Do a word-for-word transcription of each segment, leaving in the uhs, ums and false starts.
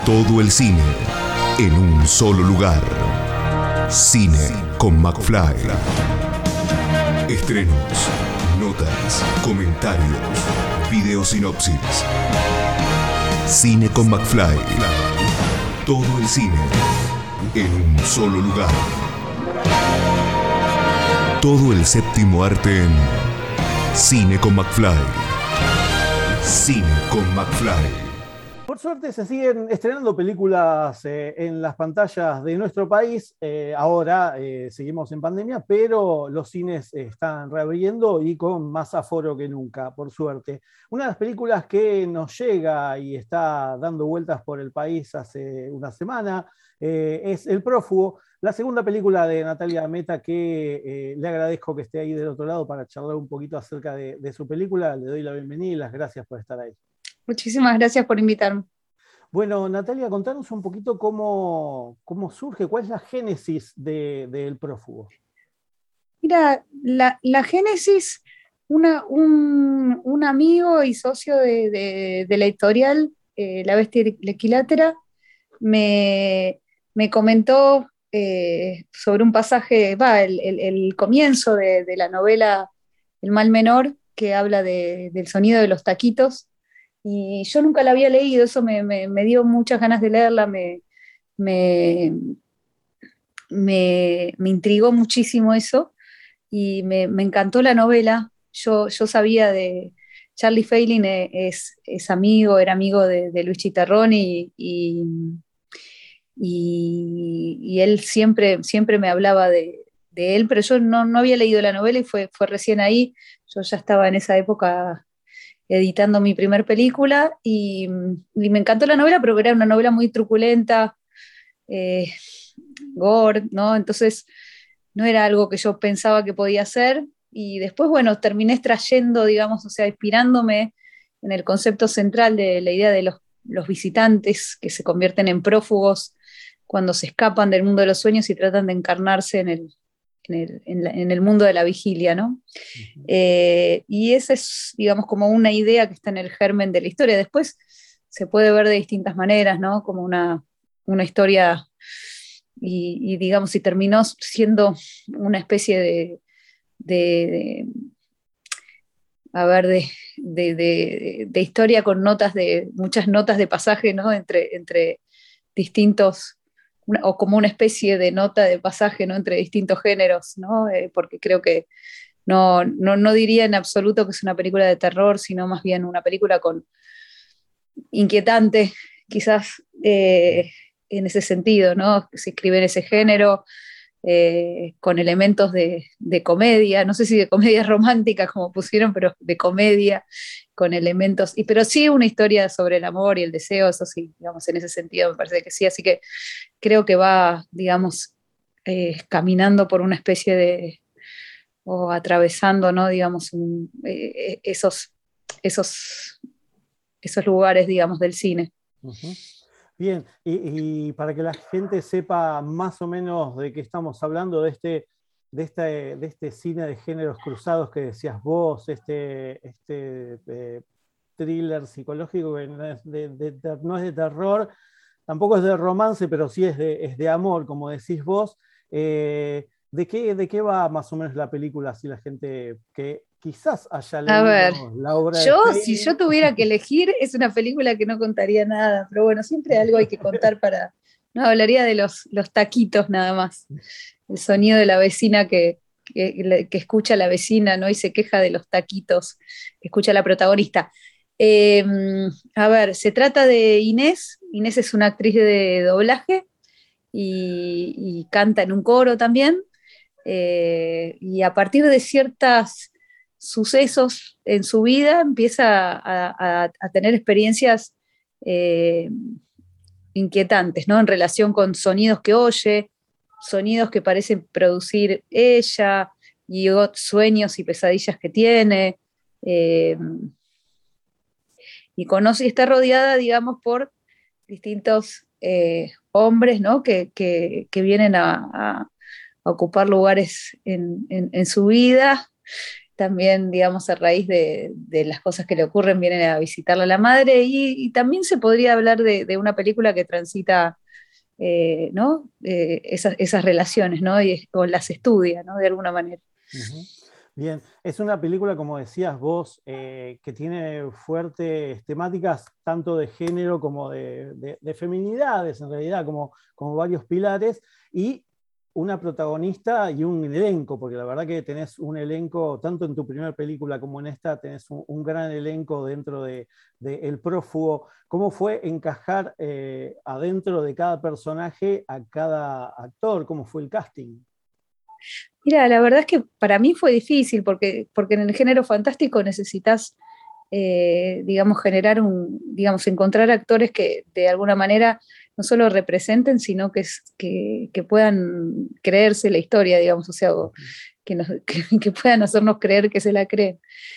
Todo el cine en un solo lugar. Cine con McFly. Estrenos, notas, comentarios, videosinopsis. Cine con McFly. Todo el cine en un solo lugar. Todo el séptimo arte en Cine con McFly. Cine con McFly. Por suerte se siguen estrenando películas eh, en las pantallas de nuestro país. Eh, ahora eh, seguimos en pandemia, pero los cines eh, están reabriendo y con más aforo que nunca, por suerte. Una de las películas que nos llega y está dando vueltas por el país hace una semana eh, es El Prófugo, la segunda película de Natalia Meta, que eh, le agradezco que esté ahí del otro lado para charlar un poquito acerca de, de su película. Le doy la bienvenida y las gracias por estar ahí. Muchísimas gracias por invitarme. Bueno, Natalia, contanos un poquito cómo, cómo surge, cuál es la génesis de, de El Prófugo. Mira, la, la génesis, una, un, un amigo y socio de, de, de la editorial, eh, La Bestia Equilátera, me, me comentó eh, sobre un pasaje, va, el, el, el comienzo de, de la novela El Mal Menor, que habla de, del sonido de los taquitos. Y yo nunca la había leído, eso me, me, me dio muchas ganas de leerla, me, me, me, me intrigó muchísimo eso y me, me encantó la novela. Yo, yo sabía de Charlie Feiling, es, es amigo, era amigo de, de Luis Chitarrón y, y, y, y él siempre, siempre me hablaba de, de él, pero yo no, no había leído la novela y fue, fue recién ahí. Yo ya estaba en esa época editando mi primer película y, y me encantó la novela, pero era una novela muy truculenta, eh, gore, ¿no? Entonces no era algo que yo pensaba que podía hacer y después, bueno, terminé extrayendo, digamos, o sea, inspirándome en el concepto central de la idea de los, los visitantes que se convierten en prófugos cuando se escapan del mundo de los sueños y tratan de encarnarse en el, En el, en, la, en el mundo de la vigilia, ¿no? Uh-huh. Eh, y esa es, digamos, como una idea que está en el germen de la historia. Después se puede ver de distintas maneras, ¿no? Como una, una historia, y, y digamos, si terminó siendo una especie de, de, de a ver, de, de, de, de historia con notas de, muchas notas de pasaje, ¿no? Entre, entre distintos, una, o como una especie de nota de pasaje, ¿no? Entre distintos géneros, ¿no? Eh, porque creo que no, no, no diría en absoluto que es una película de terror, sino más bien una película con inquietante, quizás eh, en ese sentido, ¿no? Se escribe en ese género, eh, con elementos de, de comedia, no sé si de comedia romántica como pusieron, pero de comedia, con elementos, y, pero sí una historia sobre el amor y el deseo, eso sí, digamos, en ese sentido me parece que sí, así que creo que va, digamos, eh, caminando por una especie de, o atravesando, ¿no? Digamos, un, eh, esos, esos, esos lugares, digamos, del cine. Uh-huh. Bien, y, y para que la gente sepa más o menos de qué estamos hablando, de este, de este, de este cine de géneros cruzados que decías vos, este, este eh, thriller psicológico que no es de, de, de, no es de terror, tampoco es de romance, pero sí es de, es de amor, como decís vos. Eh, ¿de, qué, ¿De qué va más o menos la película? Si la gente que quizás haya leído A ver, la obra de yo, Feiling. si yo tuviera que elegir, es una película que no contaría nada, pero bueno, siempre algo hay que contar para... No, hablaría de los, los taquitos nada más. El sonido de la vecina que, que, que escucha la vecina, ¿no? Y se queja de los taquitos que escucha la protagonista. Eh, a ver, se trata de Inés. Inés es una actriz de doblaje y, y canta en un coro también. Eh, y a partir de ciertas sucesos en su vida empieza a, a, a tener experiencias eh, inquietantes, ¿no? En relación con sonidos que oye, sonidos que parecen producir ella, y sueños y pesadillas que tiene. Eh, y conoce y está rodeada, digamos, por distintos eh, hombres, ¿no? que, que, que vienen a, a, a ocupar lugares en, en, en su vida. también, digamos, a raíz de, de las cosas que le ocurren, viene a visitarla a la madre, y, y también se podría hablar de, de una película que transita, eh, ¿no? Eh, esas, esas relaciones, ¿no? Y, o las estudia, ¿no? De alguna manera. Uh-huh. Bien, es una película, como decías vos, eh, que tiene fuertes temáticas tanto de género como de, de, de feminidades, en realidad, como, como varios pilares, y una protagonista y un elenco, porque la verdad que tenés un elenco, tanto en tu primera película como en esta, tenés un, un gran elenco dentro de, de El Prófugo. ¿Cómo fue encajar eh, adentro de cada personaje a cada actor? ¿Cómo fue el casting? Mira, la verdad es que para mí fue difícil, porque, porque en el género fantástico necesitas, eh, digamos, generar un, digamos, encontrar actores que de alguna manera no solo representen, sino que, que, que puedan creerse la historia, digamos, o sea, o que, nos, que, que puedan hacernos creer que se la creen.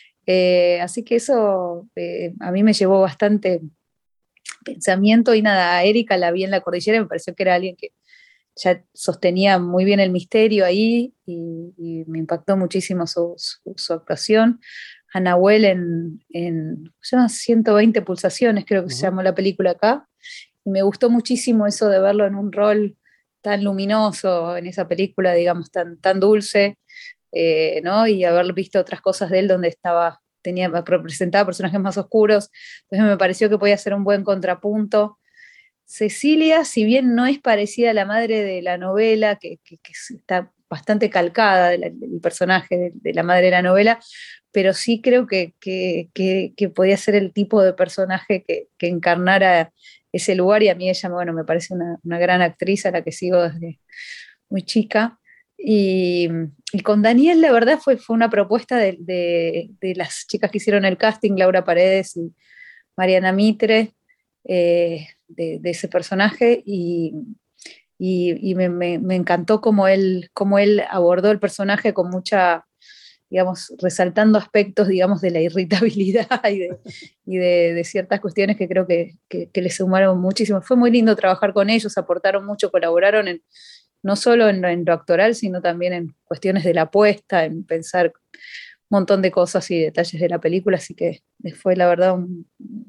Eh, así que eso eh, a mí me llevó bastante pensamiento, y nada, a Erika la vi en La Cordillera y me pareció que era alguien que ya sostenía muy bien el misterio ahí, y, y me impactó muchísimo su, su, su actuación. A Nahuel en, en se llama ciento veinte pulsaciones, creo que uh-huh. se llamó la película acá, y me gustó muchísimo eso de verlo en un rol tan luminoso en esa película, digamos, tan, tan dulce, eh, ¿no? Y haber visto otras cosas de él donde estaba, tenía, representaba personajes más oscuros, entonces me pareció que podía ser un buen contrapunto. Cecilia, si bien no es parecida a la madre de la novela, que, que, que está bastante calcada del de personaje de, de la madre de la novela, pero sí creo que, que, que, que podía ser el tipo de personaje que, que encarnara ese lugar, y a mí ella, bueno, me parece una, una gran actriz a la que sigo desde muy chica. Y, y con Daniel, la verdad, fue, fue una propuesta de, de, de las chicas que hicieron el casting, Laura Paredes y Mariana Mitre, eh, de, de ese personaje, y, y, y me, me, me encantó cómo él, cómo él abordó el personaje con mucha, digamos, resaltando aspectos, digamos, de la irritabilidad y de, y de, de ciertas cuestiones que creo que, que, que le sumaron muchísimo. Fue muy lindo trabajar con ellos, aportaron mucho, colaboraron en, no solo en, en lo actoral, sino también en cuestiones de la apuesta, en pensar un montón de cosas y detalles de la película, así que fue la verdad un,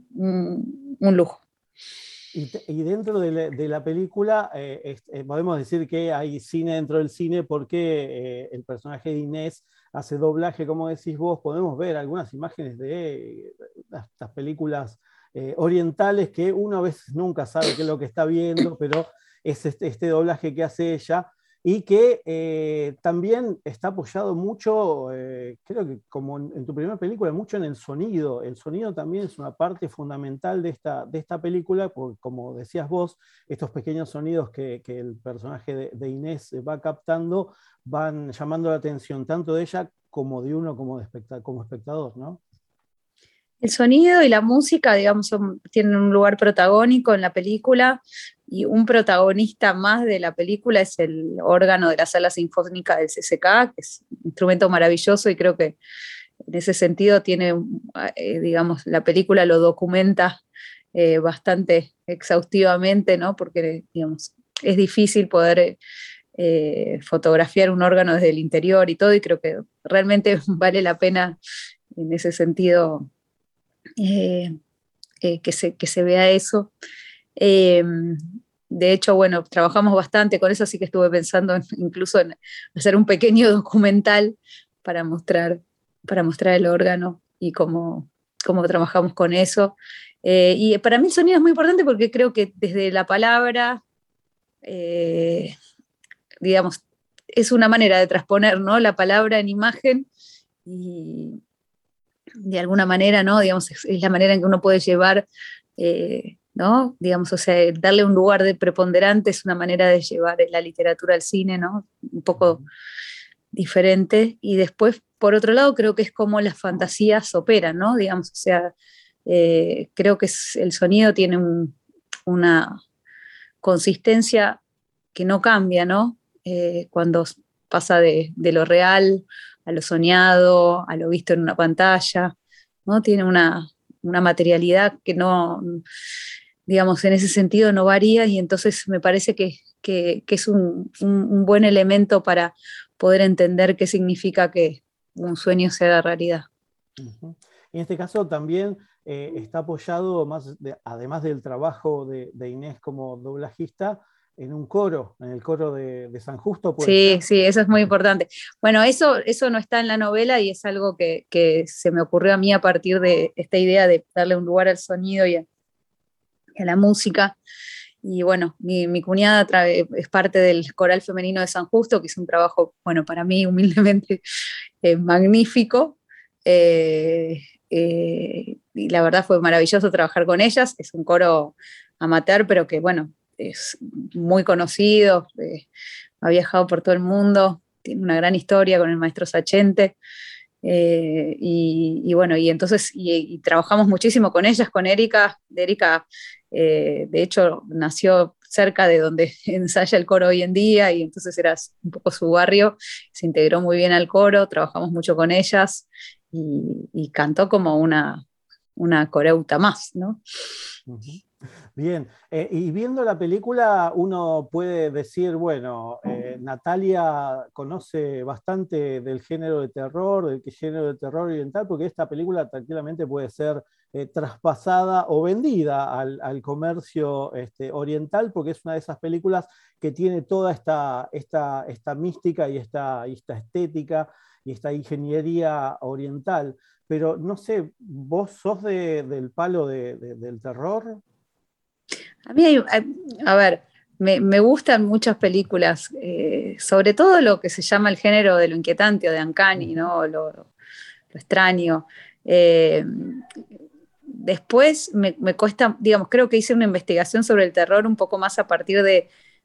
un, un lujo. Y, te, y dentro de la, de la película, eh, eh, podemos decir que hay cine dentro del cine, porque eh, el personaje de Inés hace doblaje, como decís vos. Podemos ver algunas imágenes de eh, estas películas eh, orientales que uno a veces nunca sabe qué es lo que está viendo, pero es este, este doblaje que hace ella, y que eh, también está apoyado mucho, eh, creo que como en, en tu primera película, mucho en el sonido. El sonido también es una parte fundamental de esta, de esta película, porque, como decías vos, estos pequeños sonidos que, que el personaje de, de Inés va captando van llamando la atención tanto de ella como de uno como, de especta, como espectador, ¿no? El sonido y la música, digamos, son, tienen un lugar protagónico en la película, y un protagonista más de la película es el órgano de la Sala Sinfónica del C C K, que es un instrumento maravilloso, y creo que en ese sentido tiene, eh, digamos, la película lo documenta eh, bastante exhaustivamente, ¿no? Porque, digamos, es difícil poder eh, fotografiar un órgano desde el interior y todo, y creo que realmente vale la pena en ese sentido Eh, eh, que, se, que se vea eso. Eh, de hecho, bueno, trabajamos bastante con eso, así que estuve pensando en, incluso en hacer un pequeño documental para mostrar, para mostrar el órgano y cómo, cómo trabajamos con eso. Eh, y para mí el sonido es muy importante, porque creo que desde la palabra, eh, digamos, es una manera de transponer, ¿no?, la palabra en imagen, y de alguna manera, ¿no?, digamos, es, es la manera en que uno puede llevar, eh, ¿no?, digamos, o sea, darle un lugar de preponderante es una manera de llevar la literatura al cine, ¿no?, un poco diferente. Y después, por otro lado, creo que es como las fantasías operan, ¿no?, digamos, o sea, eh, creo que es, el sonido tiene un, una consistencia que no cambia, ¿no?, eh, cuando pasa de, de lo real a lo soñado, a lo visto en una pantalla, ¿no? Tiene una, una materialidad que no, digamos, en ese sentido no varía, y entonces me parece que, que, que es un, un, un buen elemento para poder entender qué significa que, un sueño se haga realidad. Uh-huh. En este caso también eh, está apoyado, más de, además del trabajo de, de Inés como doblajista, en un coro, en el coro de, de San Justo. ¿Puede Sí, ser? sí, eso es muy importante. Bueno, eso, eso no está en la novela y es algo que, que se me ocurrió a mí a partir de esta idea de darle un lugar al sonido y a, a la música. Y bueno, mi, mi cuñada es parte del coral femenino de San Justo, que es un trabajo, bueno, para mí humildemente eh, magnífico. Eh, eh, y la verdad fue maravilloso trabajar con ellas. Es un coro amateur, pero que bueno, es muy conocido, eh, ha viajado por todo el mundo, tiene una gran historia con el maestro Sachente. Eh, y, y bueno, y entonces y, y trabajamos muchísimo con ellas, con Erika. Erika, eh, de hecho, nació cerca de donde ensaya el coro hoy en día y entonces era un poco su barrio, se integró muy bien al coro, trabajamos mucho con ellas y, y cantó como una, una coreuta más, ¿no? Uh-huh. Bien, eh, y viendo la película uno puede decir, bueno, eh, Natalia conoce bastante del género de terror, del género de terror oriental, porque esta película tranquilamente puede ser eh, traspasada o vendida al, al comercio este, oriental, porque es una de esas películas que tiene toda esta, esta, esta mística y esta, y esta estética y esta ingeniería oriental. Pero no sé, ¿vos sos de, del palo de, de, del terror? A mí, hay, a ver, me, me gustan muchas películas, eh, sobre todo lo que se llama el género de lo inquietante o de uncanny, ¿no? Lo, lo extraño. Eh, después me, me cuesta, digamos, creo que hice una investigación sobre el terror un poco más a partir de,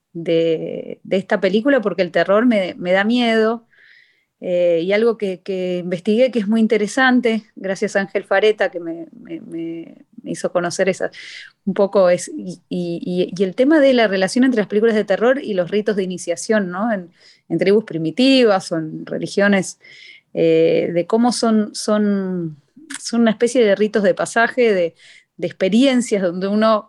de, de esta película, porque el terror me, me da miedo. Eh, y algo que, que, investigué que es muy interesante, gracias a Ángel Fareta, que me, me, me hizo conocer esa, un poco, es, y, y, y, el tema de la relación entre las películas de terror y los ritos de iniciación, ¿no? En, en tribus primitivas o en religiones, eh, de cómo son, son, son una especie de ritos de pasaje, de, de experiencias donde uno,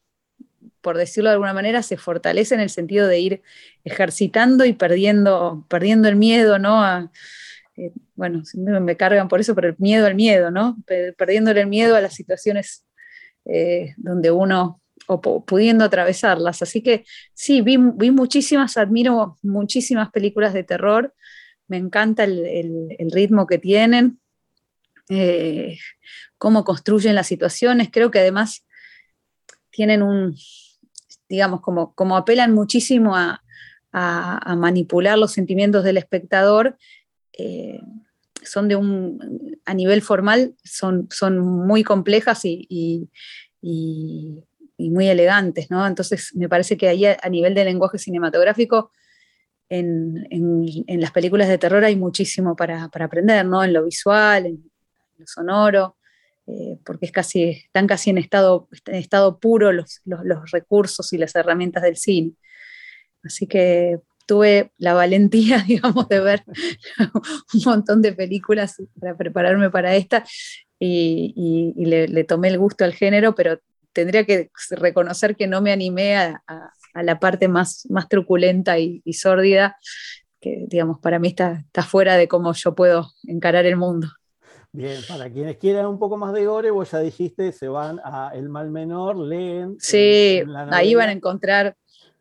por decirlo de alguna manera, se fortalece en el sentido de ir ejercitando y perdiendo, perdiendo el miedo, ¿no? A, eh, bueno, me, me cargan por eso, pero el miedo al miedo, ¿no? Perdiéndole el miedo a las situaciones eh, donde uno, o pudiendo atravesarlas. Así que sí, vi, vi muchísimas, admiro muchísimas películas de terror, me encanta el, el, el ritmo que tienen, eh, cómo construyen las situaciones, creo que además tienen un, digamos, como, como apelan muchísimo a, a, a manipular los sentimientos del espectador, eh, son de un, a nivel formal, son, son muy complejas y, y, y, y muy elegantes, ¿no? Entonces me parece que ahí a, a nivel de lenguaje cinematográfico, en, en, en, las películas de terror hay muchísimo para, para aprender, ¿no? En lo visual, en lo sonoro, eh, porque es casi, están casi en estado, en estado puro los, los, los recursos y las herramientas del cine. Así que tuve la valentía, digamos, de ver un montón de películas para prepararme para esta y, y, y le, le tomé el gusto al género, pero tendría que reconocer que no me animé a, a, a la parte más, más truculenta y, y sórdida, que digamos, para mí está, está fuera de cómo yo puedo encarar el mundo. Bien, para quienes quieran un poco más de gore, vos ya dijiste, se van a El Mal Menor, leen. Sí, eh, en la novela, ahí van a encontrar,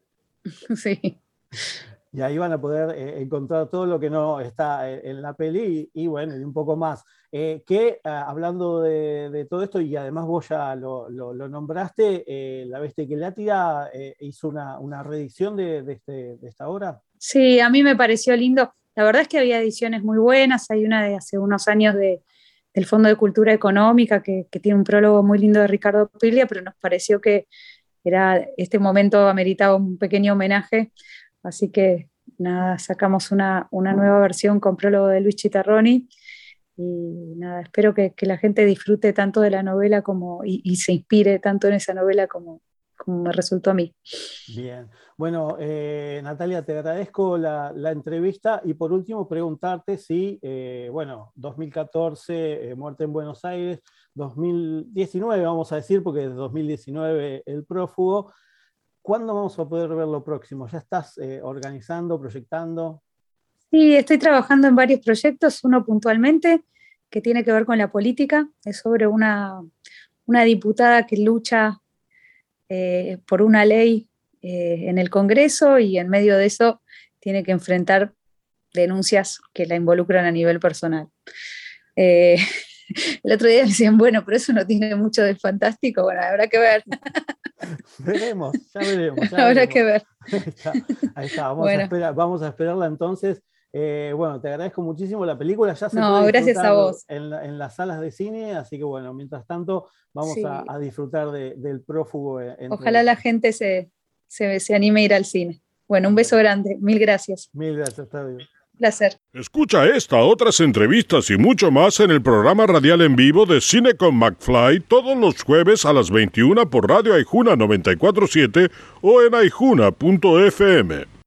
sí. Y ahí van a poder eh, encontrar todo lo que no está en, en la peli y, y bueno, y un poco más. Eh, que uh, hablando de, de todo esto, y además vos ya lo, lo, lo nombraste, eh, La Bestia que Látida eh, hizo una, una reedición de, de, este, de esta obra. Sí, a mí me pareció lindo. La verdad es que había ediciones muy buenas. Hay una de hace unos años de, del Fondo de Cultura Económica que, que tiene un prólogo muy lindo de Ricardo Piglia, pero nos pareció que era, este momento ameritaba un pequeño homenaje. Así que nada, sacamos una, una nueva versión con prólogo de Luis Chitarroni. Y nada, espero que, que la gente disfrute tanto de la novela como, y, y se inspire tanto en esa novela como, como me resultó a mí. Bien, bueno, eh, Natalia, te agradezco la, la entrevista y por último preguntarte si, eh, bueno, dos mil catorce, eh, Muerte en Buenos Aires, dos mil diecinueve vamos a decir, porque es dos mil diecinueve El Prófugo, ¿cuándo vamos a poder ver lo próximo? ¿Ya estás eh, organizando, proyectando? Sí, estoy trabajando en varios proyectos, uno puntualmente que tiene que ver con la política, es sobre una, una diputada que lucha eh, por una ley eh, en el Congreso y en medio de eso tiene que enfrentar denuncias que la involucran a nivel personal. Eh, el otro día me decían, bueno, pero eso no tiene mucho de fantástico. Bueno, habrá que ver. Veremos, ya veremos. Ya habrá veremos. que ver. Ahí está, ahí está. Vamos, Bueno. a esperar, vamos a esperarla entonces. Eh, bueno, te agradezco muchísimo la película. Ya se no, puede gracias a vos. En, la, en las salas de cine, así que bueno, mientras tanto vamos sí. a, a disfrutar de, del prófugo. Ojalá la gente se, se, se anime a ir al cine. Bueno, un beso grande. Mil gracias. Mil gracias, está bien. Placer. Escucha esta, otras entrevistas y mucho más en el programa radial en vivo de Cine con McFly todos los jueves a las veintiuna por Radio Aijuna noventa y cuatro punto siete o en aijuna punto f m.